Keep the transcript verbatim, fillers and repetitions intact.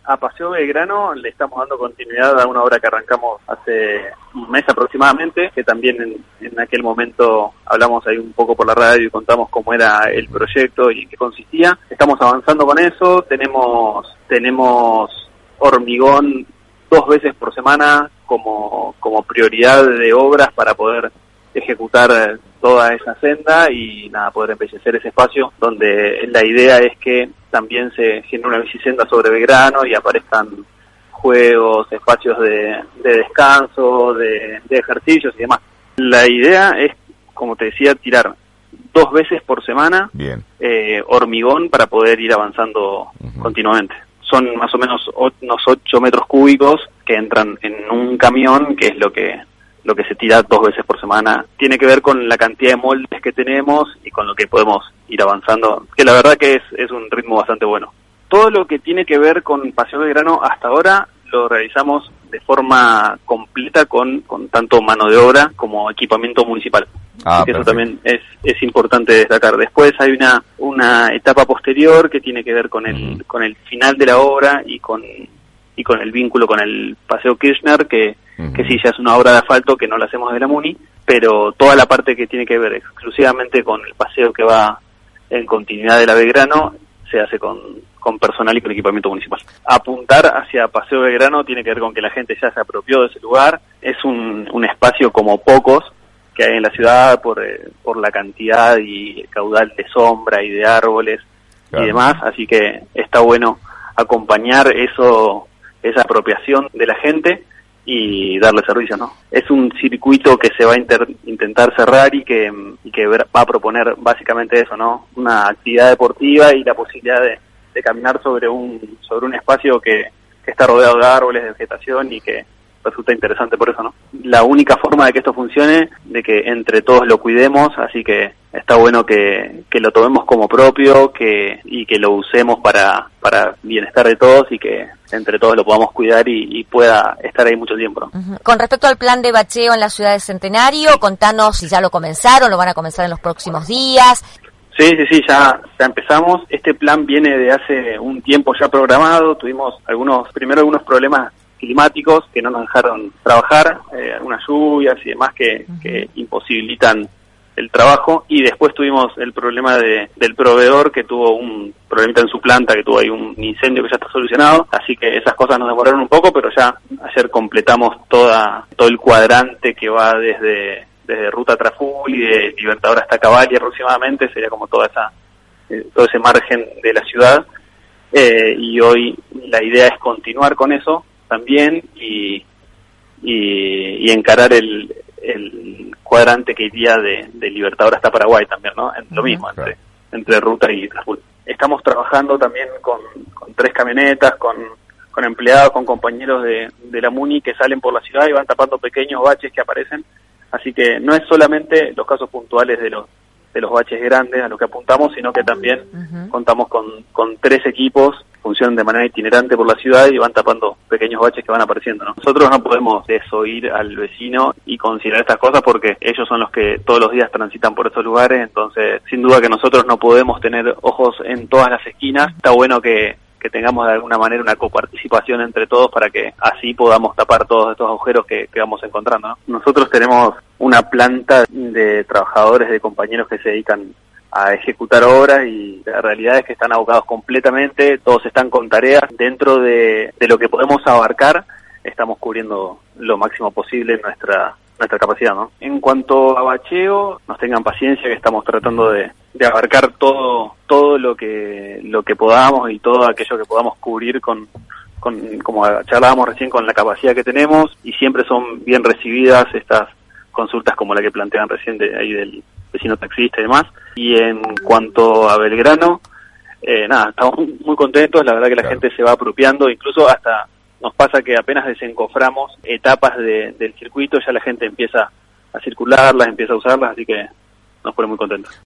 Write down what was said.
A Paseo Belgrano le estamos dando continuidad a una obra que arrancamos hace un mes aproximadamente, que también en, en aquel momento hablamos ahí un poco por la radio y contamos cómo era el proyecto y en qué consistía. Estamos avanzando con eso, tenemos tenemos hormigón dos veces por semana como, como prioridad de obras para poder ejecutar toda esa senda y nada, poder embellecer ese espacio, donde la idea es que también se genere una bicisenda sobre Belgrano y aparezcan juegos, espacios de, de descanso, de, de ejercicios y demás. La idea es, como te decía, tirar dos veces por semana Bien. Eh, hormigón para poder ir avanzando uh-huh. continuamente. Son más o menos o, unos ocho metros cúbicos que entran en un camión, que es lo que lo que se tira dos veces por semana. Tiene que ver con la cantidad de moldes que tenemos y con lo que podemos ir avanzando, que la verdad que es, es un ritmo bastante bueno. Todo lo que tiene que ver con Paseo Belgrano hasta ahora lo realizamos de forma completa con, con tanto mano de obra como equipamiento municipal. Ah, Así que eso también es, es importante destacar. Después hay una, una etapa posterior que tiene que ver con el, uh-huh. con el final de la obra y con, y con el vínculo con el Paseo Kirchner, que Uh-huh. que sí, ya es una obra de asfalto que no la hacemos de la Muni, pero toda la parte que tiene que ver exclusivamente con el paseo que va en continuidad de la Belgrano se hace con, con personal y con equipamiento municipal. Apuntar hacia Paseo Belgrano tiene que ver con que la gente ya se apropió de ese lugar. Es un, un espacio como pocos que hay en la ciudad por, eh, por la cantidad y el caudal de sombra y de árboles claro. y demás, así que está bueno acompañar eso, esa apropiación de la gente y darle servicio, ¿no? Es un circuito que se va a inter, intentar cerrar y que, y que va a proponer básicamente eso, ¿no? Una actividad deportiva y la posibilidad de, de caminar sobre un sobre un espacio que, que está rodeado de árboles, de vegetación y que resulta interesante por eso, ¿no? La única forma de que esto funcione, de que entre todos lo cuidemos, así que está bueno que, que lo tomemos como propio que y que lo usemos para para bienestar de todos y que entre todos lo podamos cuidar y, y pueda estar ahí mucho tiempo, ¿no? Uh-huh. Con respecto al plan de bacheo en la ciudad de Centenario, contanos si ya lo comenzaron, lo van a comenzar en los próximos días. Sí, sí, sí, ya, ya empezamos. Este plan viene de hace un tiempo ya programado. Tuvimos algunos, primero algunos problemas climáticos que no nos dejaron trabajar, eh, algunas lluvias y demás que, uh-huh. que imposibilitan el trabajo, y después tuvimos el problema de, del proveedor que tuvo un problemita en su planta, que tuvo ahí un incendio que ya está solucionado, así que esas cosas nos demoraron un poco, pero ya ayer completamos toda todo el cuadrante que va desde desde Ruta Traful y de Libertador hasta Cavalli aproximadamente, sería como toda esa eh, todo ese margen de la ciudad, eh, y hoy la idea es continuar con eso también y y, y encarar el el cuadrante que iría de, de Libertador hasta Paraguay también, ¿no? En, lo mismo, claro. entre, entre Ruta y Traful. Estamos trabajando también con, con tres camionetas, con, con empleados, con compañeros de, de la Muni que salen por la ciudad y van tapando pequeños baches que aparecen. Así que no es solamente los casos puntuales de los de los baches grandes a los que apuntamos, sino que también uh-huh. contamos con, con tres equipos, funcionan de manera itinerante por la ciudad y van tapando pequeños baches que van apareciendo, ¿no? Nosotros no podemos desoír al vecino y considerar estas cosas porque ellos son los que todos los días transitan por estos lugares, entonces sin duda que nosotros no podemos tener ojos en todas las esquinas. Está bueno que que tengamos de alguna manera una coparticipación entre todos para que así podamos tapar todos estos agujeros que, que vamos encontrando, ¿no? Nosotros tenemos una planta de trabajadores, de compañeros que se dedican a ejecutar obras y la realidad es que están abocados completamente, todos están con tareas dentro de, de lo que podemos abarcar, estamos cubriendo lo máximo posible nuestra nuestra capacidad, ¿no? En cuanto a bacheo, nos tengan paciencia que estamos tratando de, de abarcar todo todo lo que lo que podamos y todo aquello que podamos cubrir con, con como charlábamos recién, con la capacidad que tenemos, y siempre son bien recibidas estas consultas como la que plantean recién de, ahí del vecino taxista y demás. Y en cuanto a Belgrano, eh, nada, estamos muy contentos, la verdad que la claro. gente se va apropiando, incluso hasta nos pasa que apenas desencoframos etapas de, del circuito, ya la gente empieza a circularlas, empieza a usarlas, así que nos pone muy contentos.